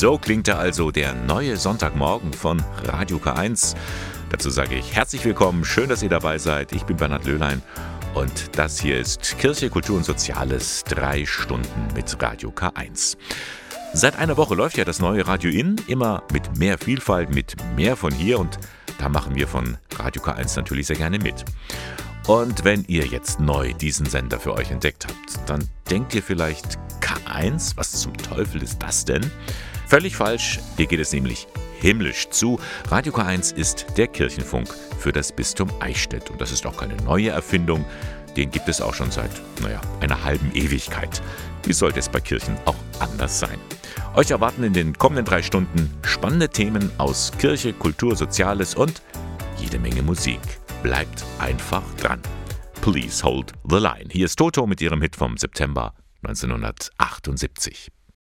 So klingt er also, der neue Sonntagmorgen von Radio K1. Dazu sage ich herzlich willkommen, schön, dass ihr dabei seid. Ich bin Bernhard Löhlein und das hier ist Kirche, Kultur und Soziales, 3 Stunden mit Radio K1. Seit einer Woche läuft ja das neue Radio In, immer mit mehr Vielfalt, mit mehr von hier und da machen wir von Radio K1 natürlich sehr gerne mit. Und wenn ihr jetzt neu diesen Sender für euch entdeckt habt, dann denkt ihr vielleicht, K1, was zum Teufel ist das denn? Völlig falsch, hier geht es nämlich himmlisch zu. Radio K1 ist der Kirchenfunk für das Bistum Eichstätt. Und das ist auch keine neue Erfindung, den gibt es auch schon seit, einer halben Ewigkeit. Wie sollte es bei Kirchen auch anders sein? Euch erwarten in den kommenden 3 Stunden spannende Themen aus Kirche, Kultur, Soziales und jede Menge Musik. Bleibt einfach dran. Please hold the line. Hier ist Toto mit ihrem Hit vom September 1978.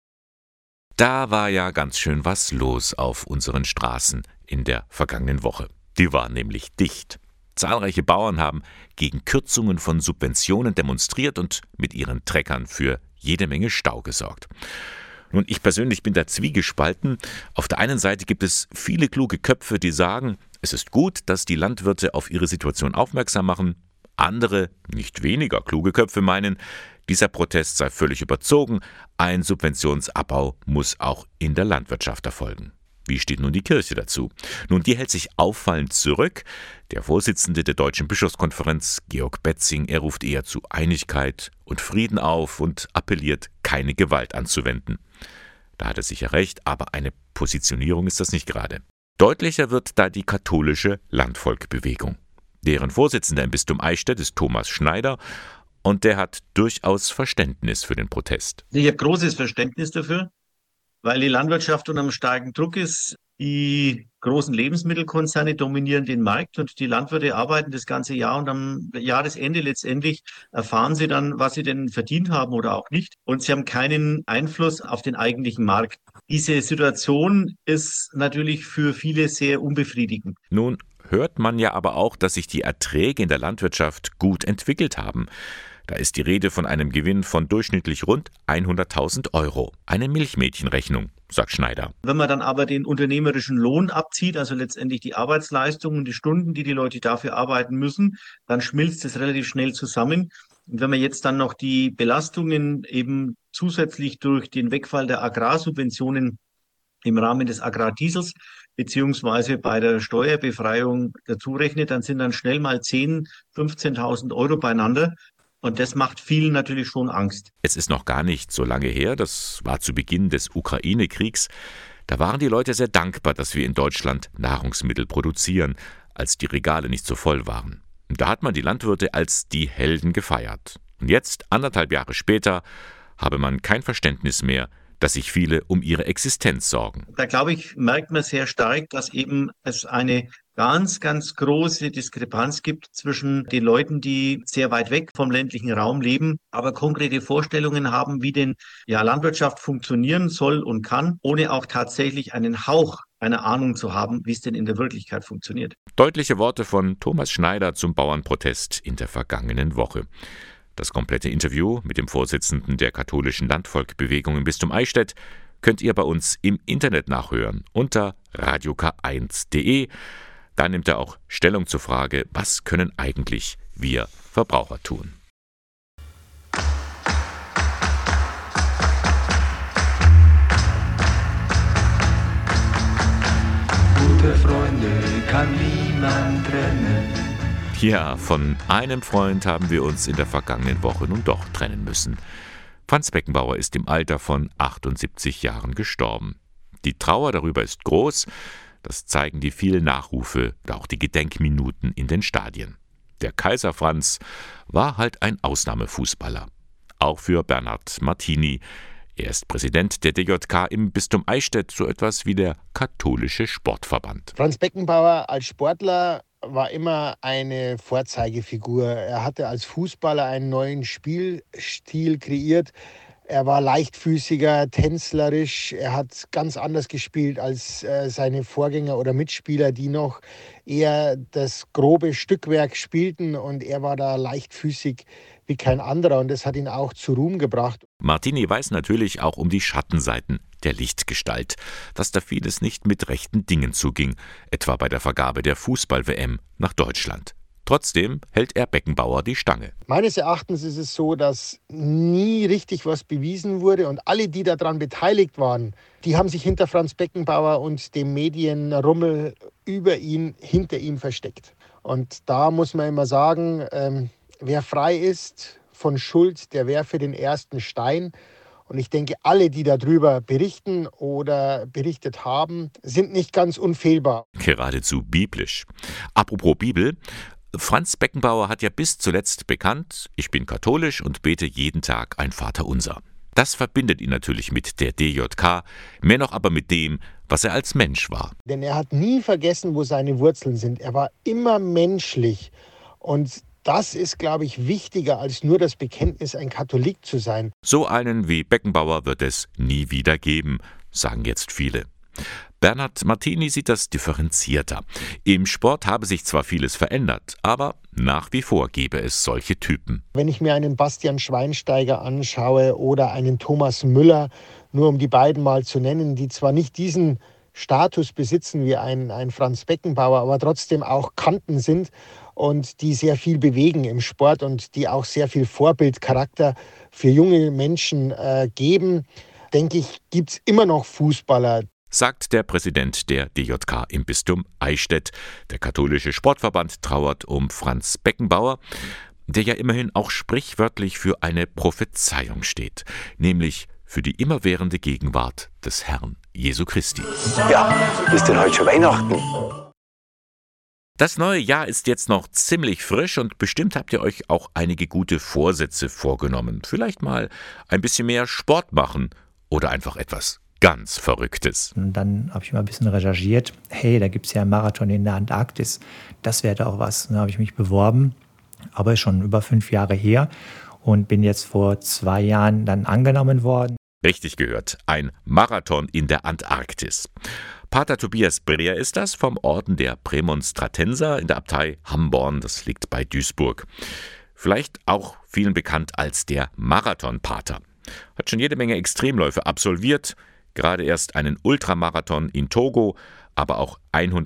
Da war ja ganz schön was los auf unseren Straßen in der vergangenen Woche. Die war nämlich dicht. Zahlreiche Bauern haben gegen Kürzungen von Subventionen demonstriert und mit ihren Treckern für jede Menge Stau gesorgt. Nun, ich persönlich bin da zwiegespalten. Auf der einen Seite gibt es viele kluge Köpfe, die sagen, es ist gut, dass die Landwirte auf ihre Situation aufmerksam machen. Andere, nicht weniger kluge Köpfe meinen, dieser Protest sei völlig überzogen, ein Subventionsabbau muss auch in der Landwirtschaft erfolgen. Wie steht nun die Kirche dazu? Nun, die hält sich auffallend zurück. Der Vorsitzende der Deutschen Bischofskonferenz, Georg Betzing, er ruft eher zu Einigkeit und Frieden auf und appelliert, keine Gewalt anzuwenden. Da hat er sicher recht, aber eine Positionierung ist das nicht gerade. Deutlicher wird da die katholische Landvolkbewegung. Deren Vorsitzender im Bistum Eichstätt ist Thomas Schneider und der hat durchaus Verständnis für den Protest. Ich habe großes Verständnis dafür, weil die Landwirtschaft unter einem starken Druck ist. Die großen Lebensmittelkonzerne dominieren den Markt und die Landwirte arbeiten das ganze Jahr und am Jahresende letztendlich erfahren sie dann, was sie denn verdient haben oder auch nicht. Und sie haben keinen Einfluss auf den eigentlichen Markt. Diese Situation ist natürlich für viele sehr unbefriedigend. Nun hört man ja aber auch, dass sich die Erträge in der Landwirtschaft gut entwickelt haben. Da ist die Rede von einem Gewinn von durchschnittlich rund 100.000 Euro. Eine Milchmädchenrechnung, sagt Schneider. Wenn man dann aber den unternehmerischen Lohn abzieht, also letztendlich die Arbeitsleistung und die Stunden, die die Leute dafür arbeiten müssen, dann schmilzt es relativ schnell zusammen. Und wenn man jetzt dann noch die Belastungen eben zusätzlich durch den Wegfall der Agrarsubventionen im Rahmen des Agrardiesels beziehungsweise bei der Steuerbefreiung dazu rechnet, dann sind dann schnell mal 10.000, 15.000 Euro beieinander. Und das macht vielen natürlich schon Angst. Es ist noch gar nicht so lange her, das war zu Beginn des Ukraine-Kriegs. Da waren die Leute sehr dankbar, dass wir in Deutschland Nahrungsmittel produzieren, als die Regale nicht so voll waren. Und da hat man die Landwirte als die Helden gefeiert. Und jetzt, 1,5 Jahre später, habe man kein Verständnis mehr, dass sich viele um ihre Existenz sorgen. Da glaube ich, merkt man sehr stark, dass eben es eine ganz, ganz große Diskrepanz gibt zwischen den Leuten, die sehr weit weg vom ländlichen Raum leben, aber konkrete Vorstellungen haben, wie denn Landwirtschaft funktionieren soll und kann, ohne auch tatsächlich einen Hauch einer Ahnung zu haben, wie es denn in der Wirklichkeit funktioniert. Deutliche Worte von Thomas Schneider zum Bauernprotest in der vergangenen Woche. Das komplette Interview mit dem Vorsitzenden der katholischen Landvolkbewegung im Bistum Eichstätt könnt ihr bei uns im Internet nachhören unter radiok1.de. Da nimmt er auch Stellung zur Frage, was können eigentlich wir Verbraucher tun. Gute Freunde kann niemand trennen. Ja, von einem Freund haben wir uns in der vergangenen Woche nun doch trennen müssen. Franz Beckenbauer ist im Alter von 78 Jahren gestorben. Die Trauer darüber ist groß. Das zeigen die vielen Nachrufe und auch die Gedenkminuten in den Stadien. Der Kaiser Franz war halt ein Ausnahmefußballer. Auch für Bernhard Martini. Er ist Präsident der DJK im Bistum Eichstätt, so etwas wie der katholische Sportverband. Franz Beckenbauer als Sportler war immer eine Vorzeigefigur. Er hatte als Fußballer einen neuen Spielstil kreiert. Er war leichtfüßiger, tänzlerisch. Er hat ganz anders gespielt als seine Vorgänger oder Mitspieler, die noch eher das grobe Stückwerk spielten. Und er war da leichtfüßig wie kein anderer und das hat ihn auch zu Ruhm gebracht. Martini weiß natürlich auch um die Schattenseiten der Lichtgestalt, dass da vieles nicht mit rechten Dingen zuging, etwa bei der Vergabe der Fußball-WM nach Deutschland. Trotzdem hält er Beckenbauer die Stange. Meines Erachtens ist es so, dass nie richtig was bewiesen wurde und alle, die daran beteiligt waren, die haben sich hinter Franz Beckenbauer und dem Medienrummel über ihn, hinter ihm versteckt. Und da muss man immer sagen, wer frei ist von Schuld, der werfe den ersten Stein. Und ich denke, alle, die darüber berichten oder berichtet haben, sind nicht ganz unfehlbar. Geradezu biblisch. Apropos Bibel, Franz Beckenbauer hat ja bis zuletzt bekannt, ich bin katholisch und bete jeden Tag ein Vaterunser. Das verbindet ihn natürlich mit der DJK, mehr noch aber mit dem, was er als Mensch war. Denn er hat nie vergessen, wo seine Wurzeln sind. Er war immer menschlich. Und das ist, glaube ich, wichtiger als nur das Bekenntnis, ein Katholik zu sein. So einen wie Beckenbauer wird es nie wieder geben, sagen jetzt viele. Bernhard Martini sieht das differenzierter. Im Sport habe sich zwar vieles verändert, aber nach wie vor gäbe es solche Typen. Wenn ich mir einen Bastian Schweinsteiger anschaue oder einen Thomas Müller, nur um die beiden mal zu nennen, die zwar nicht diesen Status besitzen wie ein Franz Beckenbauer, aber trotzdem auch Kanten sind und die sehr viel bewegen im Sport und die auch sehr viel Vorbildcharakter für junge Menschen geben, denke ich, gibt es immer noch Fußballer. Sagt der Präsident der DJK im Bistum Eichstätt. Der katholische Sportverband trauert um Franz Beckenbauer, der ja immerhin auch sprichwörtlich für eine Prophezeiung steht, nämlich für die immerwährende Gegenwart des Herrn Jesu Christi. Ja, ist denn heute schon Weihnachten? Das neue Jahr ist jetzt noch ziemlich frisch und bestimmt habt ihr euch auch einige gute Vorsätze vorgenommen. Vielleicht mal ein bisschen mehr Sport machen oder einfach etwas ganz Verrücktes. Und dann habe ich mal ein bisschen recherchiert. Hey, da gibt es ja einen Marathon in der Antarktis. Das wäre doch was. Dann habe ich mich beworben, aber schon über 5 Jahre her und bin jetzt vor 2 Jahren dann angenommen worden. Richtig gehört, ein Marathon in der Antarktis. Pater Tobias Breer ist das vom Orden der Prämonstratenser in der Abtei Hamborn, das liegt bei Duisburg. Vielleicht auch vielen bekannt als der Marathonpater. Hat schon jede Menge Extremläufe absolviert, gerade erst einen Ultramarathon in Togo, aber auch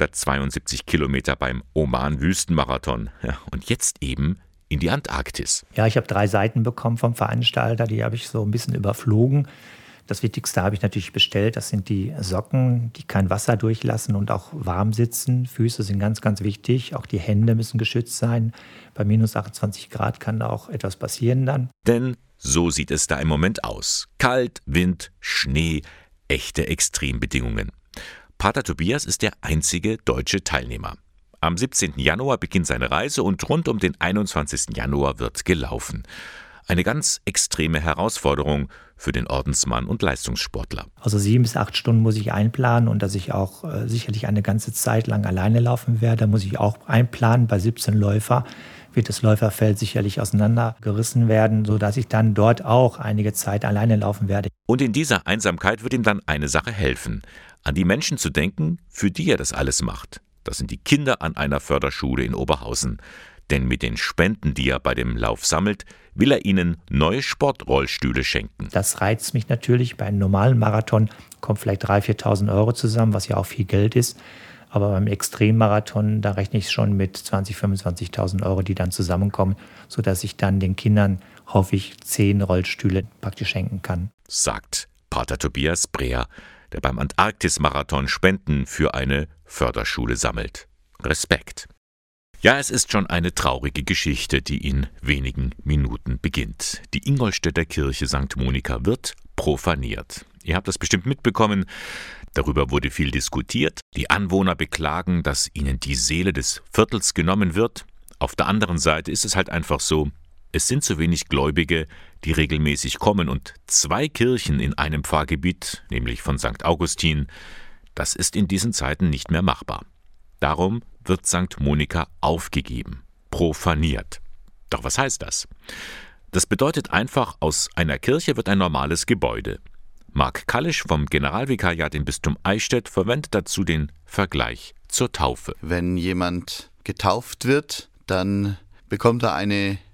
172 Kilometer beim Oman-Wüstenmarathon. Ja, und jetzt eben in die Antarktis. Ja, ich habe 3 Seiten bekommen vom Veranstalter, die habe ich so ein bisschen überflogen. Das Wichtigste habe ich natürlich bestellt, das sind die Socken, die kein Wasser durchlassen und auch warm sitzen. Füße sind ganz, ganz wichtig, auch die Hände müssen geschützt sein. Bei minus 28 Grad kann da auch etwas passieren dann. Denn so sieht es da im Moment aus. Kalt, Wind, Schnee, echte Extrembedingungen. Pater Tobias ist der einzige deutsche Teilnehmer. Am 17. Januar beginnt seine Reise und rund um den 21. Januar wird gelaufen. Eine ganz extreme Herausforderung für den Ordensmann und Leistungssportler. Also 7 bis 8 Stunden muss ich einplanen und dass ich auch sicherlich eine ganze Zeit lang alleine laufen werde, muss ich auch einplanen. Bei 17 Läufer wird das Läuferfeld sicherlich auseinandergerissen werden, sodass ich dann dort auch einige Zeit alleine laufen werde. Und in dieser Einsamkeit wird ihm dann eine Sache helfen, an die Menschen zu denken, für die er das alles macht. Das sind die Kinder an einer Förderschule in Oberhausen. Denn mit den Spenden, die er bei dem Lauf sammelt, will er ihnen neue Sportrollstühle schenken. Das reizt mich natürlich. Bei einem normalen Marathon kommt vielleicht 3.000, 4.000 Euro zusammen, was ja auch viel Geld ist. Aber beim Extremmarathon, da rechne ich schon mit 20.000, 25.000 Euro, die dann zusammenkommen, sodass ich dann den Kindern, hoffe ich, 10 Rollstühle praktisch schenken kann. Sagt Pater Tobias Breer, der beim Antarktis-Marathon Spenden für eine Förderschule sammelt. Respekt. Ja, es ist schon eine traurige Geschichte, die in wenigen Minuten beginnt. Die Ingolstädter Kirche St. Monika wird profaniert. Ihr habt das bestimmt mitbekommen. Darüber wurde viel diskutiert. Die Anwohner beklagen, dass ihnen die Seele des Viertels genommen wird. Auf der anderen Seite ist es halt einfach so, es sind zu wenig Gläubige, die regelmäßig kommen. Und 2 Kirchen in einem Pfarrgebiet, nämlich von St. Augustin, das ist in diesen Zeiten nicht mehr machbar. Darum wird St. Monika aufgegeben, profaniert. Doch was heißt das? Das bedeutet einfach, aus einer Kirche wird ein normales Gebäude. Marc Kallisch vom Generalvikariat im Bistum Eichstätt verwendet dazu den Vergleich zur Taufe. Wenn jemand getauft wird, dann bekommt er eine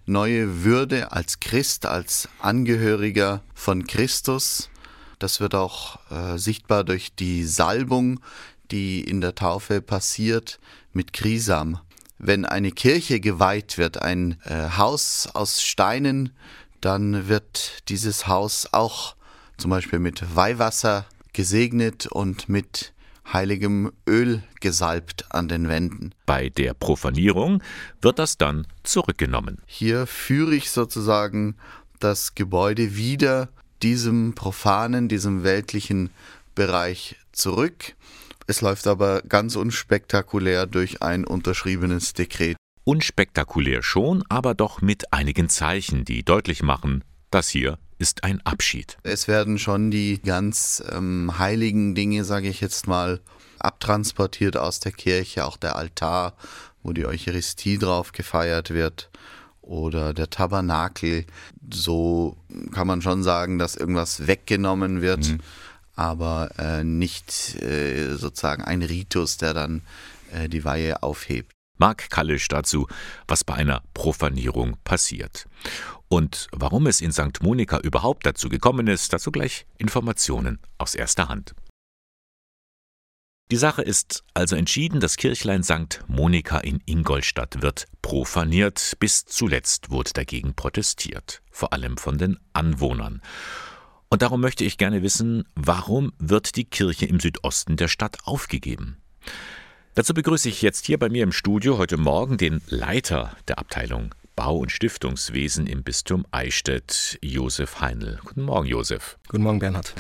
neue Würde als Christ, als Angehöriger von Christus. Das wird auch sichtbar durch die Salbung, die in der Taufe passiert, mit Chrisam. Wenn eine Kirche geweiht wird, ein Haus aus Steinen, dann wird dieses Haus auch zum Beispiel mit Weihwasser gesegnet und mit heiligem Öl gesalbt an den Wänden. Bei der Profanierung wird das dann zurückgenommen. Hier führe ich sozusagen das Gebäude wieder diesem profanen, diesem weltlichen Bereich zurück. Es läuft aber ganz unspektakulär durch ein unterschriebenes Dekret. Unspektakulär schon, aber doch mit einigen Zeichen, die deutlich machen, das hier ist ein Abschied. Es werden schon die ganz heiligen Dinge, sage ich jetzt mal, abtransportiert aus der Kirche, auch der Altar, wo die Eucharistie drauf gefeiert wird, oder der Tabernakel. So kann man schon sagen, dass irgendwas weggenommen wird, aber nicht sozusagen ein Ritus, der dann die Weihe aufhebt. Marc Kallisch dazu, was bei einer Profanierung passiert. Und warum es in St. Monika überhaupt dazu gekommen ist, dazu gleich Informationen aus erster Hand. Die Sache ist also entschieden, das Kirchlein St. Monika in Ingolstadt wird profaniert. Bis zuletzt wurde dagegen protestiert, vor allem von den Anwohnern. Und darum möchte ich gerne wissen, warum wird die Kirche im Südosten der Stadt aufgegeben? Dazu begrüße ich jetzt hier bei mir im Studio heute Morgen den Leiter der Abteilung Bau- und Stiftungswesen im Bistum Eichstätt, Josef Heinl. Guten Morgen, Josef. Guten Morgen, Bernhard.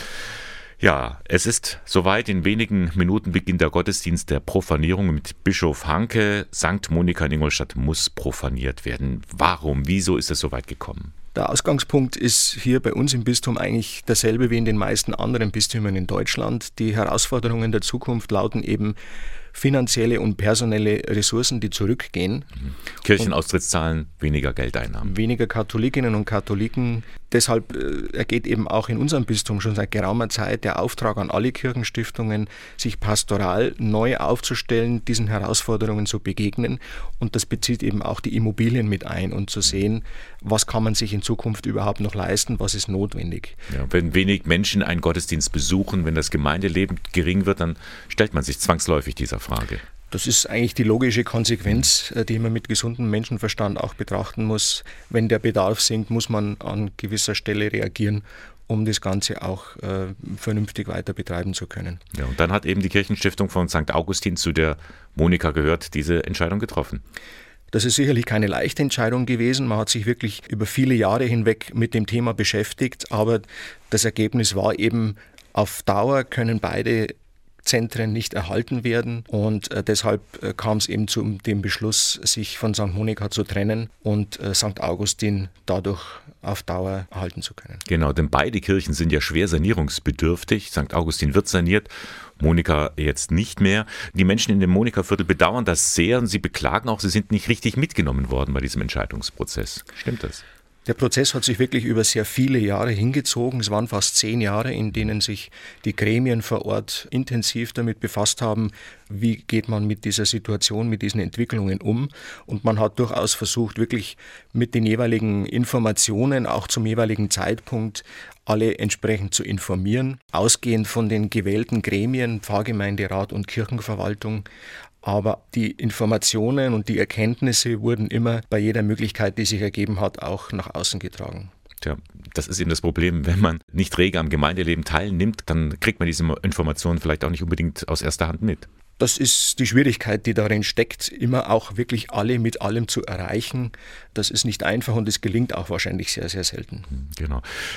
Ja, es ist soweit, in wenigen Minuten beginnt der Gottesdienst der Profanierung mit Bischof Hanke. St. Monika in Ingolstadt muss profaniert werden. Warum, wieso ist es soweit gekommen? Der Ausgangspunkt ist hier bei uns im Bistum eigentlich derselbe wie in den meisten anderen Bistümern in Deutschland. Die Herausforderungen der Zukunft lauten eben finanzielle und personelle Ressourcen, die zurückgehen. Kirchenaustrittszahlen, weniger Geldeinnahmen. Weniger Katholikinnen und Katholiken. Deshalb ergeht eben auch in unserem Bistum schon seit geraumer Zeit der Auftrag an alle Kirchenstiftungen, sich pastoral neu aufzustellen, diesen Herausforderungen zu begegnen. Und das bezieht eben auch die Immobilien mit ein und zu sehen, was kann man sich in Zukunft überhaupt noch leisten, was ist notwendig. Ja, wenn wenig Menschen einen Gottesdienst besuchen, wenn das Gemeindeleben gering wird, dann stellt man sich zwangsläufig dieser Frage. Das ist eigentlich die logische Konsequenz, die man mit gesundem Menschenverstand auch betrachten muss. Wenn der Bedarf sinkt, muss man an gewisser Stelle reagieren, um das Ganze auch vernünftig weiter betreiben zu können. Ja, und dann hat eben die Kirchenstiftung von St. Augustin, zu der Monika gehört, diese Entscheidung getroffen. Das ist sicherlich keine leichte Entscheidung gewesen. Man hat sich wirklich über viele Jahre hinweg mit dem Thema beschäftigt, aber das Ergebnis war eben, auf Dauer können beide Zentren nicht erhalten werden und deshalb kam es eben zu dem Beschluss, sich von St. Monika zu trennen und St. Augustin dadurch auf Dauer erhalten zu können. Genau, denn beide Kirchen sind ja schwer sanierungsbedürftig. St. Augustin wird saniert, Monika jetzt nicht mehr. Die Menschen in dem Monika-Viertel bedauern das sehr und sie beklagen auch, sie sind nicht richtig mitgenommen worden bei diesem Entscheidungsprozess. Stimmt das? Der Prozess hat sich wirklich über sehr viele Jahre hingezogen. Es waren fast 10 Jahre, in denen sich die Gremien vor Ort intensiv damit befasst haben, wie geht man mit dieser Situation, mit diesen Entwicklungen um. Und man hat durchaus versucht, wirklich mit den jeweiligen Informationen, auch zum jeweiligen Zeitpunkt, alle entsprechend zu informieren, ausgehend von den gewählten Gremien, Pfarrgemeinderat und Kirchenverwaltung. Aber die Informationen und die Erkenntnisse wurden immer bei jeder Möglichkeit, die sich ergeben hat, auch nach außen getragen. Tja, das ist eben das Problem. Wenn man nicht rege am Gemeindeleben teilnimmt, dann kriegt man diese Informationen vielleicht auch nicht unbedingt aus erster Hand mit. Das ist die Schwierigkeit, die darin steckt, immer auch wirklich alle mit allem zu erreichen. Das ist nicht einfach und es gelingt auch wahrscheinlich sehr, sehr selten. Genau.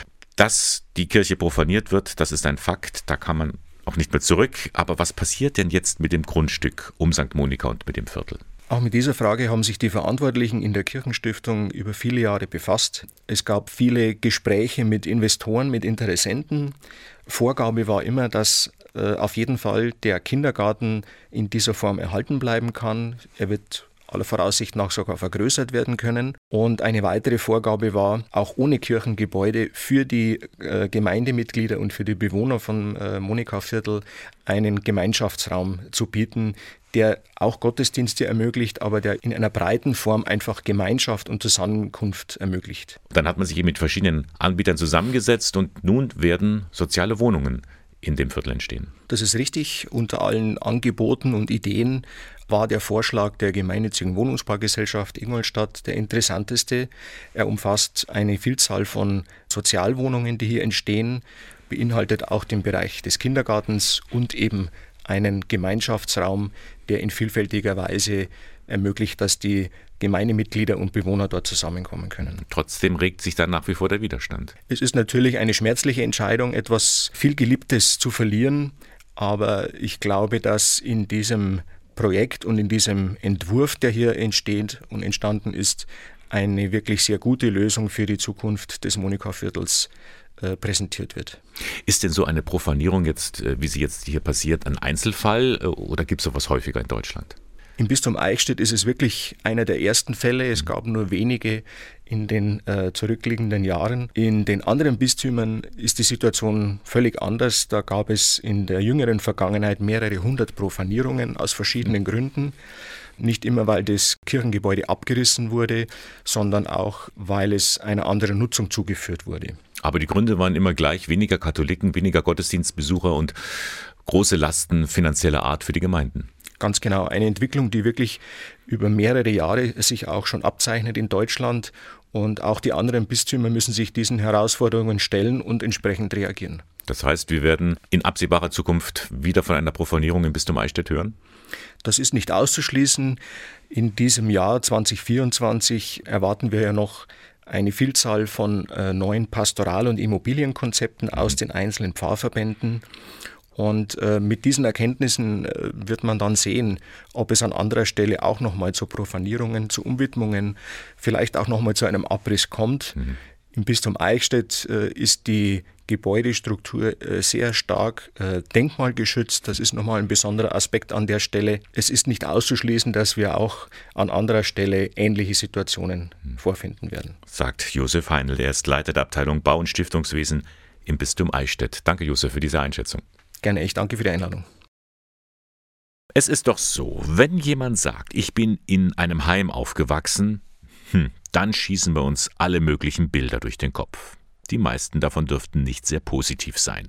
Dass die Kirche profaniert wird, das ist ein Fakt. Da kann man auch nicht mehr zurück. Aber was passiert denn jetzt mit dem Grundstück um St. Monika und mit dem Viertel? Auch mit dieser Frage haben sich die Verantwortlichen in der Kirchenstiftung über viele Jahre befasst. Es gab viele Gespräche mit Investoren, mit Interessenten. Vorgabe war immer, dass auf jeden Fall der Kindergarten in dieser Form erhalten bleiben kann. Er wird aller Voraussicht nach sogar vergrößert werden können. Und eine weitere Vorgabe war, auch ohne Kirchengebäude für die Gemeindemitglieder und für die Bewohner von Monikaviertel einen Gemeinschaftsraum zu bieten, der auch Gottesdienste ermöglicht, aber der in einer breiten Form einfach Gemeinschaft und Zusammenkunft ermöglicht. Dann hat man sich eben mit verschiedenen Anbietern zusammengesetzt und nun werden soziale Wohnungen in dem Viertel entstehen. Das ist richtig. Unter allen Angeboten und Ideen war der Vorschlag der gemeinnützigen Wohnungsbaugesellschaft Ingolstadt der interessanteste. Er umfasst eine Vielzahl von Sozialwohnungen, die hier entstehen, beinhaltet auch den Bereich des Kindergartens und eben einen Gemeinschaftsraum, der in vielfältiger Weise ermöglicht, dass die Gemeindemitglieder und Bewohner dort zusammenkommen können. Trotzdem regt sich dann nach wie vor der Widerstand. Es ist natürlich eine schmerzliche Entscheidung, etwas viel Geliebtes zu verlieren, aber ich glaube, dass in diesem Projekt und in diesem Entwurf, der hier entsteht und entstanden ist, eine wirklich sehr gute Lösung für die Zukunft des Monikaviertels präsentiert wird. Ist denn so eine Profanierung jetzt, wie sie jetzt hier passiert, ein Einzelfall oder gibt es sowas häufiger in Deutschland? Im Bistum Eichstätt ist es wirklich einer der ersten Fälle. Es gab nur wenige in den zurückliegenden Jahren. In den anderen Bistümern ist die Situation völlig anders. Da gab es in der jüngeren Vergangenheit mehrere hundert Profanierungen aus verschiedenen Gründen. Nicht immer, weil das Kirchengebäude abgerissen wurde, sondern auch, weil es einer anderen Nutzung zugeführt wurde. Aber die Gründe waren immer gleich: weniger Katholiken, weniger Gottesdienstbesucher und große Lasten finanzieller Art für die Gemeinden. Ganz genau, eine Entwicklung, die wirklich über mehrere Jahre sich auch schon abzeichnet in Deutschland. Und auch die anderen Bistümer müssen sich diesen Herausforderungen stellen und entsprechend reagieren. Das heißt, wir werden in absehbarer Zukunft wieder von einer Profanierung im Bistum Eichstätt hören? Das ist nicht auszuschließen. In diesem Jahr 2024 erwarten wir ja noch eine Vielzahl von neuen Pastoral- und Immobilienkonzepten aus den einzelnen Pfarrverbänden. Und mit diesen Erkenntnissen wird man dann sehen, ob es an anderer Stelle auch nochmal zu Profanierungen, zu Umwidmungen, vielleicht auch nochmal zu einem Abriss kommt. Im Bistum Eichstätt ist die Gebäudestruktur sehr stark denkmalgeschützt. Das ist nochmal ein besonderer Aspekt an der Stelle. Es ist nicht auszuschließen, dass wir auch an anderer Stelle ähnliche Situationen vorfinden werden. Sagt Josef Heinl, er ist Leiter der Abteilung Bau- und Stiftungswesen im Bistum Eichstätt. Danke, Josef, für diese Einschätzung. Gerne, ich danke für die Einladung. Es ist doch so, wenn jemand sagt, ich bin in einem Heim aufgewachsen, dann schießen bei uns alle möglichen Bilder durch den Kopf. Die meisten davon dürften nicht sehr positiv sein.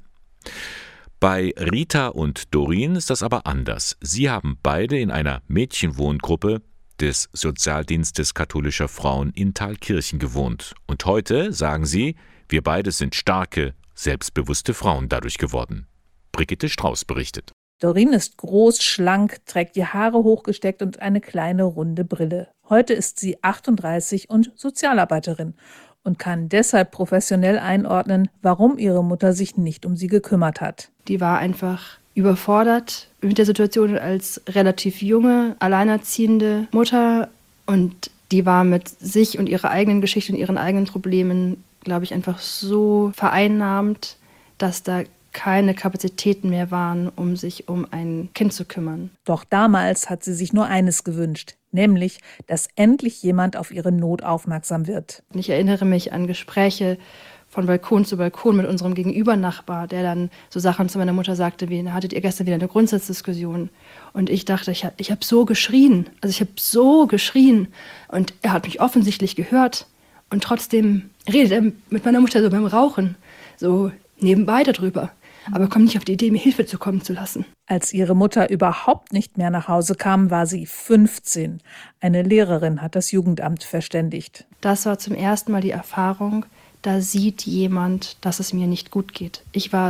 Bei Rita und Doreen ist das aber anders. Sie haben beide in einer Mädchenwohngruppe des Sozialdienstes katholischer Frauen in Thalkirchen gewohnt. Und heute, sagen sie, wir beide sind starke, selbstbewusste Frauen dadurch geworden. Brigitte Strauß berichtet. Doreen ist groß, schlank, trägt die Haare hochgesteckt und eine kleine runde Brille. Heute ist sie 38 und Sozialarbeiterin und kann deshalb professionell einordnen, warum ihre Mutter sich nicht um sie gekümmert hat. Die war einfach überfordert mit der Situation als relativ junge, alleinerziehende Mutter und die war mit sich und ihrer eigenen Geschichte und ihren eigenen Problemen, glaube ich, einfach so vereinnahmt, dass da keine Kapazitäten mehr waren, um sich um ein Kind zu kümmern. Doch damals hat sie sich nur eines gewünscht, nämlich, dass endlich jemand auf ihre Not aufmerksam wird. Ich erinnere mich an Gespräche von Balkon zu Balkon mit unserem Gegenübernachbar, der dann so Sachen zu meiner Mutter sagte, wie, hattet ihr gestern wieder eine Grundsatzdiskussion? Und ich dachte, ich hab so geschrien. Also ich habe so geschrien. Und er hat mich offensichtlich gehört. Und trotzdem redet er mit meiner Mutter so beim Rauchen, so nebenbei darüber. Aber kommt nicht auf die Idee, mir Hilfe zukommen zu lassen. Als ihre Mutter überhaupt nicht mehr nach Hause kam, war sie 15. Eine Lehrerin hat das Jugendamt verständigt. Das war zum ersten Mal die Erfahrung, da sieht jemand, dass es mir nicht gut geht. Ich war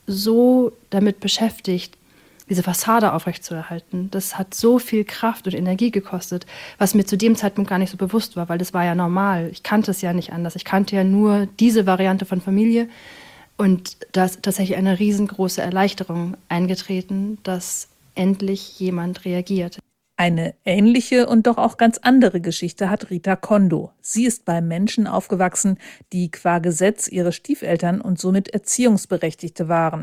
so damit beschäftigt, diese Fassade aufrechtzuerhalten. Das hat so viel Kraft und Energie gekostet, was mir zu dem Zeitpunkt gar nicht so bewusst war, weil das war ja normal. Ich kannte es ja nicht anders. Ich kannte ja nur diese Variante von Familie. Und da ist tatsächlich eine riesengroße Erleichterung eingetreten, dass endlich jemand reagiert. Eine ähnliche und doch auch ganz andere Geschichte hat Rita Kondo. Sie ist bei Menschen aufgewachsen, die qua Gesetz ihre Stiefeltern und somit Erziehungsberechtigte waren.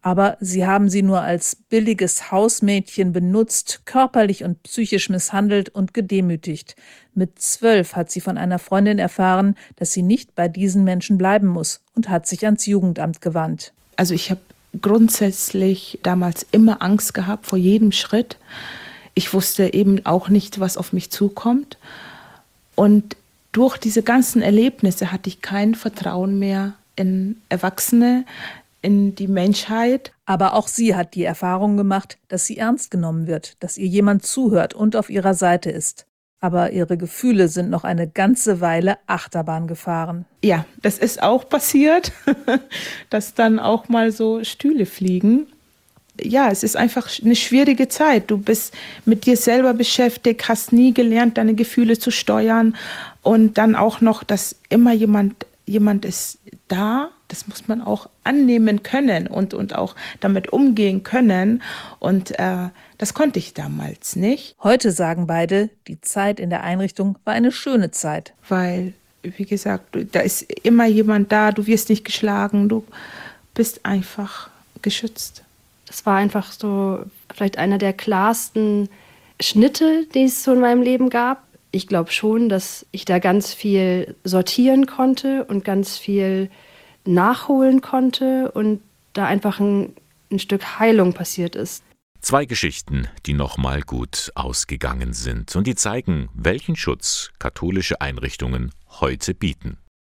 Aber sie haben sie nur als billiges Hausmädchen benutzt, körperlich und psychisch misshandelt und gedemütigt. Mit 12 hat sie von einer Freundin erfahren, dass sie nicht bei diesen Menschen bleiben muss und hat sich ans Jugendamt gewandt. Also ich habe grundsätzlich damals immer Angst gehabt vor jedem Schritt. Ich wusste eben auch nicht, was auf mich zukommt. Und durch diese ganzen Erlebnisse hatte ich kein Vertrauen mehr in Erwachsene, in die Menschheit. Aber auch sie hat die Erfahrung gemacht, dass sie ernst genommen wird, dass ihr jemand zuhört und auf ihrer Seite ist. Aber ihre Gefühle sind noch eine ganze Weile Achterbahn gefahren. Ja, das ist auch passiert, dass dann auch mal so Stühle fliegen. Ja, es ist einfach eine schwierige Zeit. Du bist mit dir selber beschäftigt, hast nie gelernt, deine Gefühle zu steuern. Und dann auch noch, dass immer jemand ist da. Das muss man auch annehmen können und auch damit umgehen können. Und das konnte ich damals nicht. Heute sagen beide, die Zeit in der Einrichtung war eine schöne Zeit. Weil, wie gesagt, da ist immer jemand da, du wirst nicht geschlagen, du bist einfach geschützt. Das war einfach so vielleicht einer der klarsten Schnitte, die es so in meinem Leben gab. Ich glaube schon, dass ich da ganz viel sortieren konnte und ganz viel nachholen konnte und da einfach ein Stück Heilung passiert ist. 2 Geschichten, die nochmal gut ausgegangen sind und die zeigen, welchen Schutz katholische Einrichtungen heute bieten.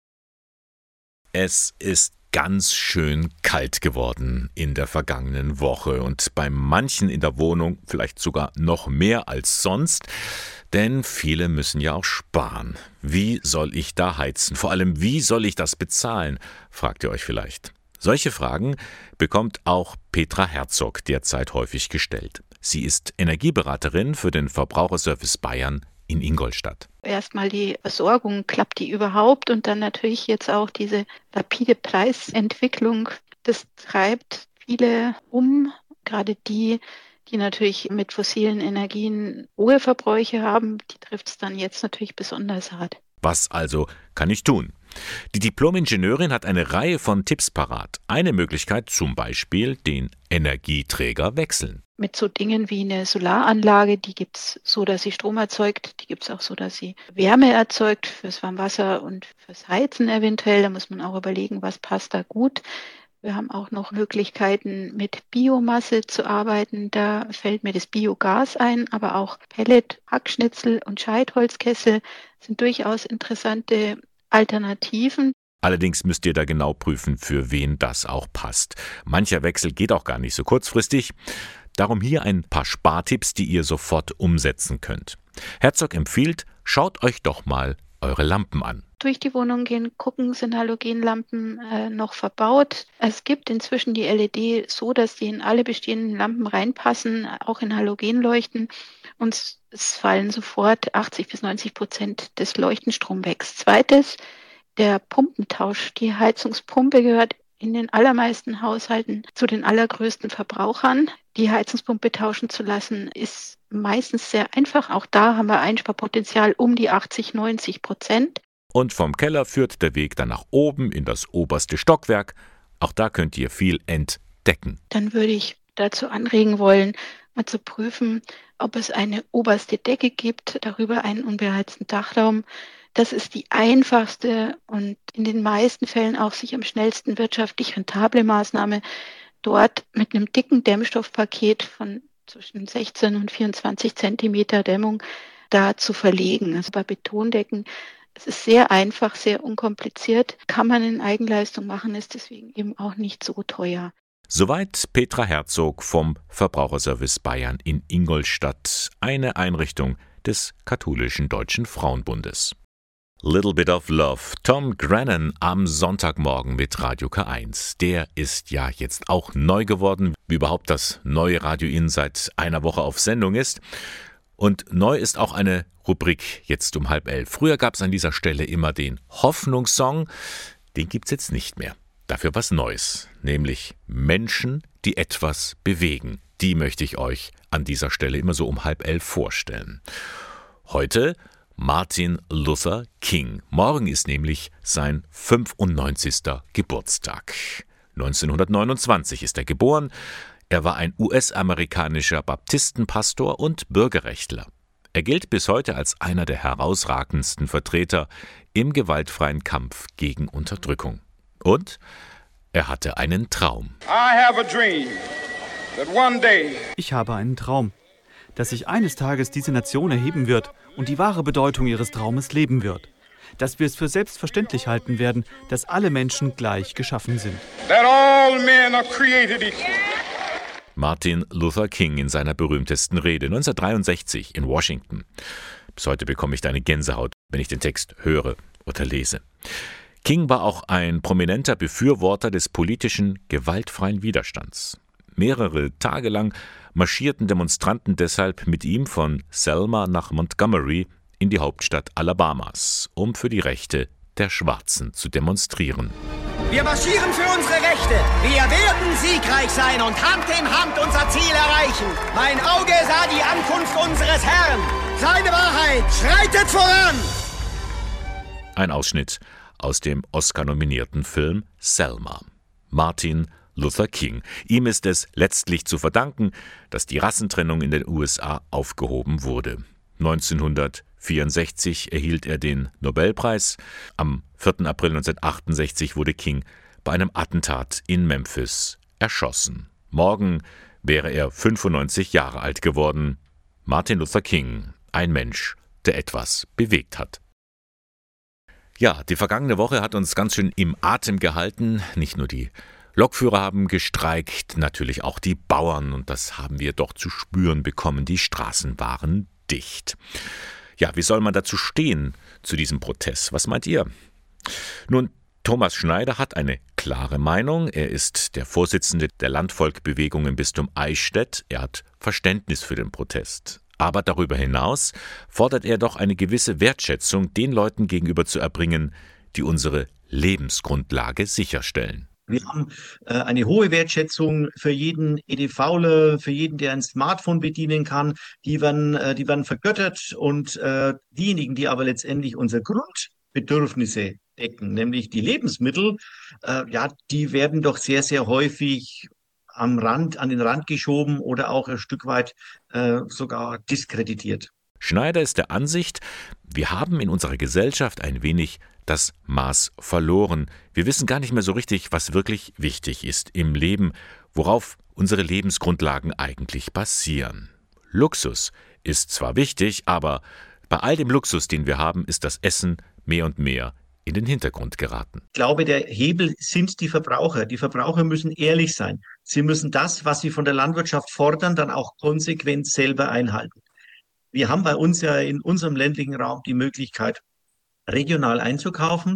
Es ist ganz schön kalt geworden in der vergangenen Woche und bei manchen in der Wohnung vielleicht sogar noch mehr als sonst, denn viele müssen ja auch sparen. Wie soll ich da heizen? Vor allem, wie soll ich das bezahlen? Fragt ihr euch vielleicht. Solche Fragen bekommt auch Petra Herzog derzeit häufig gestellt. Sie ist Energieberaterin für den Verbraucherservice Bayern in Ingolstadt. Erstmal die Versorgung, klappt die überhaupt? Und dann natürlich jetzt auch diese rapide Preisentwicklung. Das treibt viele um, gerade die natürlich mit fossilen Energien hohe Verbräuche haben, die trifft es dann jetzt natürlich besonders hart. Was also kann ich tun? Die Diplom-Ingenieurin hat eine Reihe von Tipps parat. Eine Möglichkeit zum Beispiel den Energieträger wechseln. Mit so Dingen wie eine Solaranlage, die gibt es so, dass sie Strom erzeugt, die gibt es auch so, dass sie Wärme erzeugt fürs Warmwasser und fürs Heizen eventuell. Da muss man auch überlegen, was passt da gut. Wir haben auch noch Möglichkeiten, mit Biomasse zu arbeiten. Da fällt mir das Biogas ein, aber auch Pellet, Hackschnitzel und Scheitholzkessel sind durchaus interessante Alternativen. Allerdings müsst ihr da genau prüfen, für wen das auch passt. Mancher Wechsel geht auch gar nicht so kurzfristig. Darum hier ein paar Spartipps, die ihr sofort umsetzen könnt. Herzog empfiehlt, schaut euch doch mal eure Lampen an. Durch die Wohnung gehen, gucken, sind Halogenlampen noch verbaut. Es gibt inzwischen die LED so, dass die in alle bestehenden Lampen reinpassen, auch in Halogenleuchten. Und es fallen sofort 80-90% des Leuchtenstroms weg. Zweites, der Pumpentausch. Die Heizungspumpe gehört in den allermeisten Haushalten zu den allergrößten Verbrauchern. Die Heizungspumpe tauschen zu lassen, ist meistens sehr einfach. Auch da haben wir Einsparpotenzial um die 80-90%. Und vom Keller führt der Weg dann nach oben in das oberste Stockwerk. Auch da könnt ihr viel entdecken. Dann würde ich dazu anregen wollen, mal zu prüfen, ob es eine oberste Decke gibt, darüber einen unbeheizten Dachraum. Das ist die einfachste und in den meisten Fällen auch sich am schnellsten wirtschaftlich rentable Maßnahme, dort mit einem dicken Dämmstoffpaket von zwischen 16 und 24 Zentimeter Dämmung da zu verlegen. Also bei Betondecken, es ist sehr einfach, sehr unkompliziert, kann man in Eigenleistung machen, ist deswegen eben auch nicht so teuer. Soweit Petra Herzog vom Verbraucherservice Bayern in Ingolstadt, eine Einrichtung des katholischen Deutschen Frauenbundes. Little Bit of Love, Tom Grennan am Sonntagmorgen mit Radio K1. Der ist ja jetzt auch neu geworden, wie überhaupt das neue Radio Inn seit einer Woche auf Sendung ist. Und neu ist auch eine Rubrik jetzt um 10:30. Früher gab es an dieser Stelle immer den Hoffnungssong, den gibt es jetzt nicht mehr. Dafür was Neues, nämlich Menschen, die etwas bewegen. Die möchte ich euch an dieser Stelle immer so um 10:30 vorstellen. Heute Martin Luther King. Morgen ist nämlich sein 95. Geburtstag. 1929 ist er geboren. Er war ein US-amerikanischer Baptistenpastor und Bürgerrechtler. Er gilt bis heute als einer der herausragendsten Vertreter im gewaltfreien Kampf gegen Unterdrückung. Und er hatte einen Traum. Ich habe einen Traum, dass sich eines Tages diese Nation erheben wird und die wahre Bedeutung ihres Traumes leben wird. Dass wir es für selbstverständlich halten werden, dass alle Menschen gleich geschaffen sind. Martin Luther King in seiner berühmtesten Rede 1963 in Washington. Bis heute bekomme ich da eine Gänsehaut, wenn ich den Text höre oder lese. King war auch ein prominenter Befürworter des politischen, gewaltfreien Widerstands. Mehrere Tage lang marschierten Demonstranten deshalb mit ihm von Selma nach Montgomery in die Hauptstadt Alabamas, um für die Rechte der Schwarzen zu demonstrieren. Wir marschieren für unsere Rechte. Wir werden siegreich sein und Hand in Hand unser Ziel erreichen. Mein Auge sah die Ankunft unseres Herrn. Seine Wahrheit schreitet voran. Ein Ausschnitt aus dem Oscar-nominierten Film Selma. Martin Luther King. Ihm ist es letztlich zu verdanken, dass die Rassentrennung in den USA aufgehoben wurde. 1964 erhielt er den Nobelpreis. Am 4. April 1968 wurde King bei einem Attentat in Memphis erschossen. Morgen wäre er 95 Jahre alt geworden. Martin Luther King, ein Mensch, der etwas bewegt hat. Ja, die vergangene Woche hat uns ganz schön im Atem gehalten. Nicht nur die Lokführer haben gestreikt, natürlich auch die Bauern. Und das haben wir doch zu spüren bekommen. Die Straßen waren dicht. Ja, wie soll man dazu stehen, zu diesem Protest? Was meint ihr? Nun, Thomas Schneider hat eine klare Meinung. Er ist der Vorsitzende der Landvolkbewegung im Bistum Eichstätt. Er hat Verständnis für den Protest. Aber darüber hinaus fordert er doch eine gewisse Wertschätzung den Leuten gegenüber zu erbringen, die unsere Lebensgrundlage sicherstellen. Wir haben eine hohe Wertschätzung für jeden EDVler, für jeden, der ein Smartphone bedienen kann. Die werden vergöttert und diejenigen, die aber letztendlich unsere Grundbedürfnisse decken, nämlich die Lebensmittel, die werden doch sehr, sehr häufig an den Rand geschoben oder auch ein Stück weit sogar diskreditiert. Schneider ist der Ansicht, wir haben in unserer Gesellschaft ein wenig das Maß verloren. Wir wissen gar nicht mehr so richtig, was wirklich wichtig ist im Leben, worauf unsere Lebensgrundlagen eigentlich basieren. Luxus ist zwar wichtig, aber bei all dem Luxus, den wir haben, ist das Essen mehr und mehr in den Hintergrund geraten. Ich glaube, der Hebel sind die Verbraucher. Die Verbraucher müssen ehrlich sein. Sie müssen das, was sie von der Landwirtschaft fordern, dann auch konsequent selber einhalten. Wir haben bei uns ja in unserem ländlichen Raum die Möglichkeit, regional einzukaufen.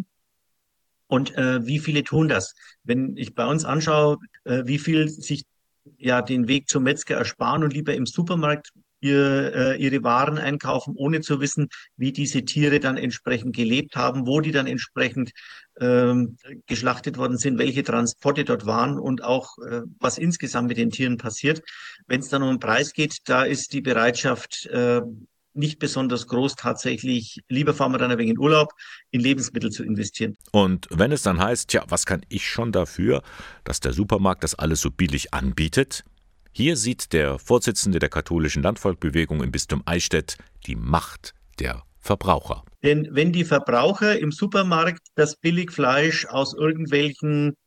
Und wie viele tun das? Wenn ich bei uns anschaue, wie viel sich den Weg zum Metzger ersparen und lieber im Supermarkt ihre Waren einkaufen, ohne zu wissen, wie diese Tiere dann entsprechend gelebt haben, wo die dann entsprechend geschlachtet worden sind, welche Transporte dort waren und auch was insgesamt mit den Tieren passiert. Wenn es dann um den Preis geht, da ist die Bereitschaft nicht besonders groß, tatsächlich, lieber fahren wir dann ein wenig in Urlaub, in Lebensmittel zu investieren. Und wenn es dann heißt, was kann ich schon dafür, dass der Supermarkt das alles so billig anbietet? Hier sieht der Vorsitzende der katholischen Landvolkbewegung im Bistum Eichstätt die Macht der Verbraucher. Denn wenn die Verbraucher im Supermarkt das Billigfleisch aus irgendwelchen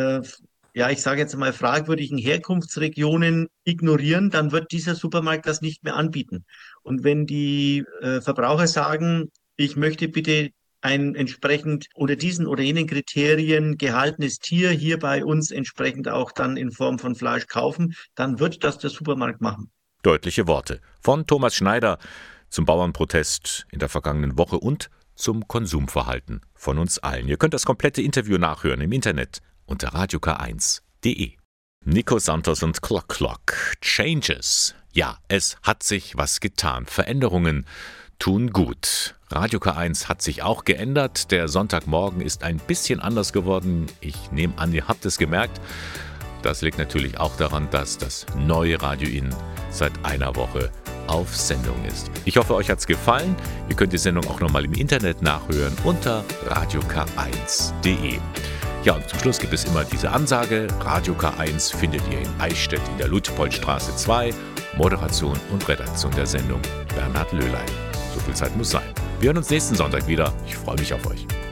ich sage jetzt mal, fragwürdigen Herkunftsregionen ignorieren, dann wird dieser Supermarkt das nicht mehr anbieten. Und wenn die Verbraucher sagen, ich möchte bitte ein entsprechend unter diesen oder jenen Kriterien gehaltenes Tier hier bei uns entsprechend auch dann in Form von Fleisch kaufen, dann wird das der Supermarkt machen. Deutliche Worte von Thomas Schneider zum Bauernprotest in der vergangenen Woche und zum Konsumverhalten von uns allen. Ihr könnt das komplette Interview nachhören im Internet unter radiok1.de. Nico Santos und Clock Clock. Changes. Ja, es hat sich was getan. Veränderungen tun gut. Radio K1 hat sich auch geändert. Der Sonntagmorgen ist ein bisschen anders geworden. Ich nehme an, ihr habt es gemerkt. Das liegt natürlich auch daran, dass das neue Radio Inn seit einer Woche auf Sendung ist. Ich hoffe, euch hat es gefallen. Ihr könnt die Sendung auch nochmal im Internet nachhören unter radiok1.de. Ja, und zum Schluss gibt es immer diese Ansage. Radio K1 findet ihr in Eichstätt in der Luitpoldstraße 2. Moderation und Redaktion der Sendung Bernhard Löhlein. So viel Zeit muss sein. Wir hören uns nächsten Sonntag wieder. Ich freue mich auf euch.